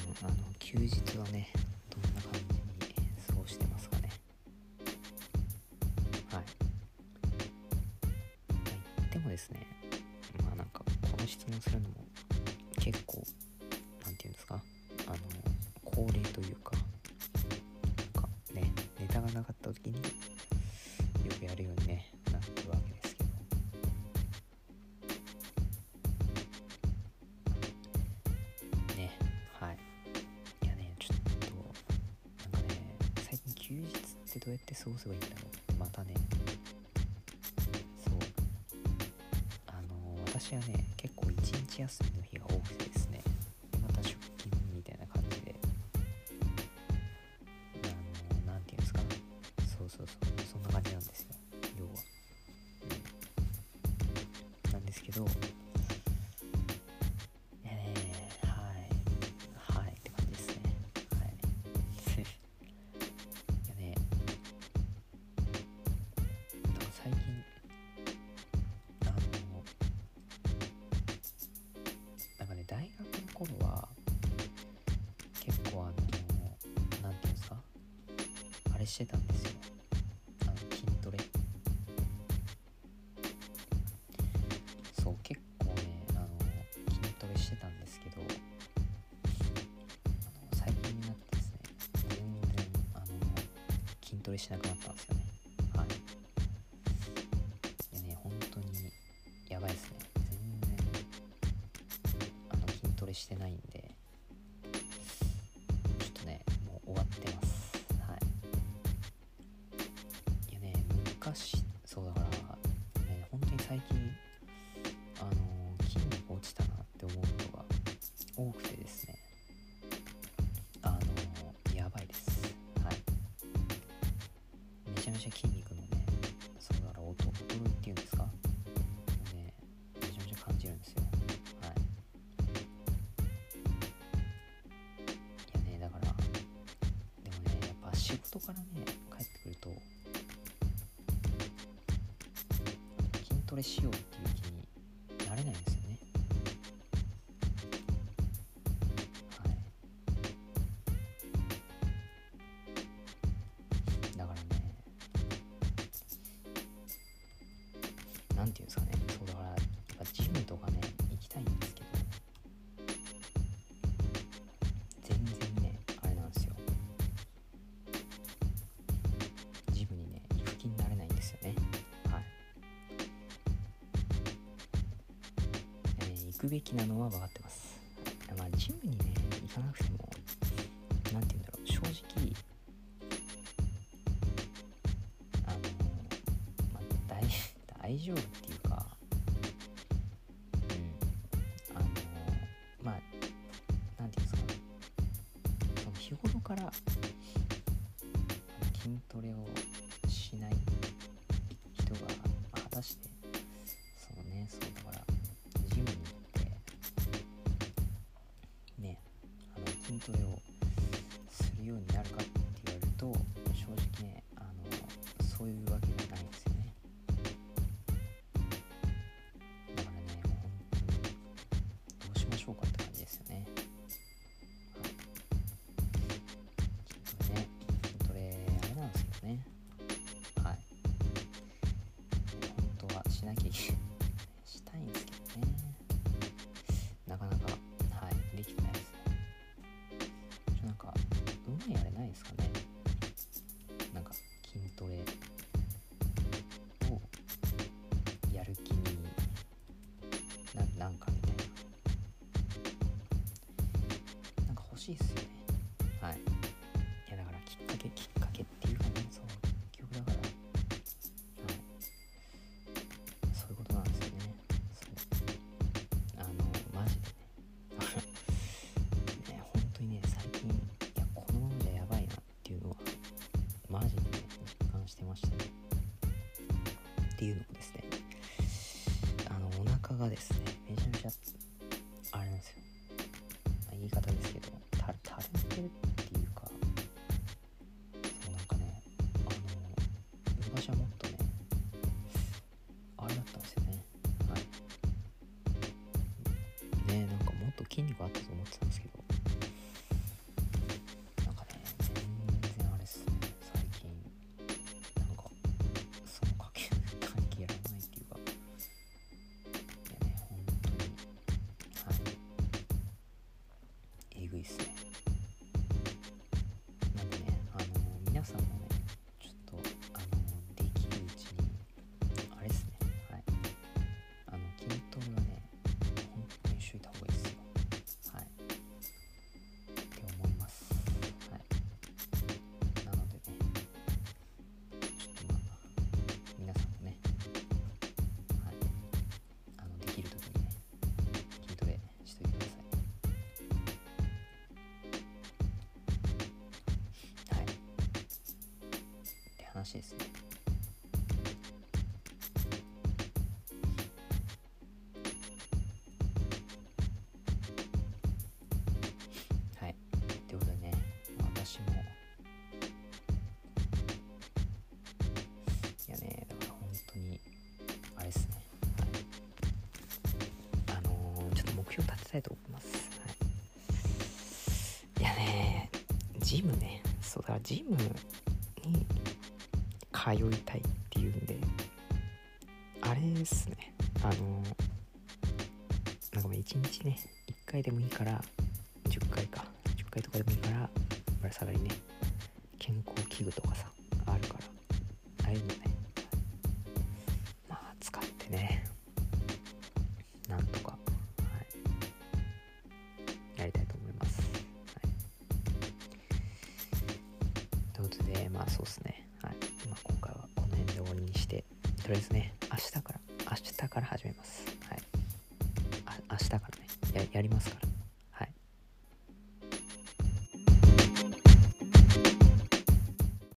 休日はね、どんな感じに過ごしてますかね。はい。言ってもですね、なんかこの質問するのも結構なんていうんですか、恒例というか、なんかね、ネタがなかった時によくやるようにねなってるわけですけど、ね、はい。いやね、ちょっとなんかね、最近休日ってどうやって過ごせばいいんだろうってまたね、そう、私はね、結構一日休みの日が多くてですね、また出勤みたいな感じで、なんていうんですか、そうそんな感じなんですよ、要は。なんですけど、はいって感じですね。はい。いやね、なんか最近なんかね、大学の頃は結構なんていうんですか、あれしてたんですよ。筋トレ。そう、結構ね、筋トレしてたんですけど、最近になってですね、全然筋トレしなくなったんですよね。はい。いやね、本当にやばいですね。全然筋トレしてないんで、ちょっとね、もう終わってます。はい。いやね、そうだからね、本当に最近筋肉落ちたなって思うことが多くてですね、やばいです。はい。めちゃめちゃ筋肉のね、そうだから衰えっていうんですか、ね、めちゃめちゃ感じるんですよ。はい。いやね、だからでもね、やっぱ仕事からね帰ってくると筋トレしようっていう気になれないんですよね。はい。だからね、なんていうんですかね、そうだからやっぱジムとかね行きたいんですけど、全然ねあれなんですよ、ジムにね行く気になれないんですよね。はい。行くべきなのは分かってます。ジムにね行かなくても、なんていうんだろう、正直大丈夫っていうか、なんていうんですか、その日頃から筋トレをしない人が、果たしてそうだからジムに行ってね、筋トレをするようになるかって言われると、正直ね、そういうわけじゃないんですよね。だからね、もう本当にどうしましょうかって感じですよね。はい。筋トレあれなんですけどね。はい。本当はしなきゃいけないしたいんですけどね、なかなかできてないですね。なんかうまいあれないですかね、なんか筋トレをやる気になんかみたいな、なんか欲しいっすよね。はい。いやだからきっかけっていうかね、そう結局だから、はい、そういうことなんですよね。マジでね、ね、本当にね、最近いやこのままじゃやばいなっていうのはマジでね実感してましたね。っていうのもですね、お腹がですねめちゃめちゃあれなんですよ、言い方ですけど垂れてるっていうか、そうなんかね、昔はもっとねあれだったんですよね。はい。ね、なんかもっと筋肉あったと思ってたんですけど、 ね。なんでね、皆さんもね、ちょっとできるうちにあれですね、はい、筋トレはね、本当にしといた方がいいですよ。はい。って思います。はい。なのでね、ちょっと皆さんもね、はい、できる時にね、筋トレしといてください。はい。って話ですね。はい。ということでね、私もいやね、だから本当にあれですね。はい。ちょっと目標立てたいと思います。はい。いやね、ジムね、そうだからジムに通いたいっていうんで、あれですね。なんか1日ね、1回でもいいから10回か10回とかでもいいからぶら下がりね、健康器具とかさあるから、ああいうのね、使ってね、なんとか、はい、やりたいと思います。はい、ということでそうですね、はい、今回はこの辺で終わりにして、とりあえずね、明日から始めます。はい、明日からね、やりますからね。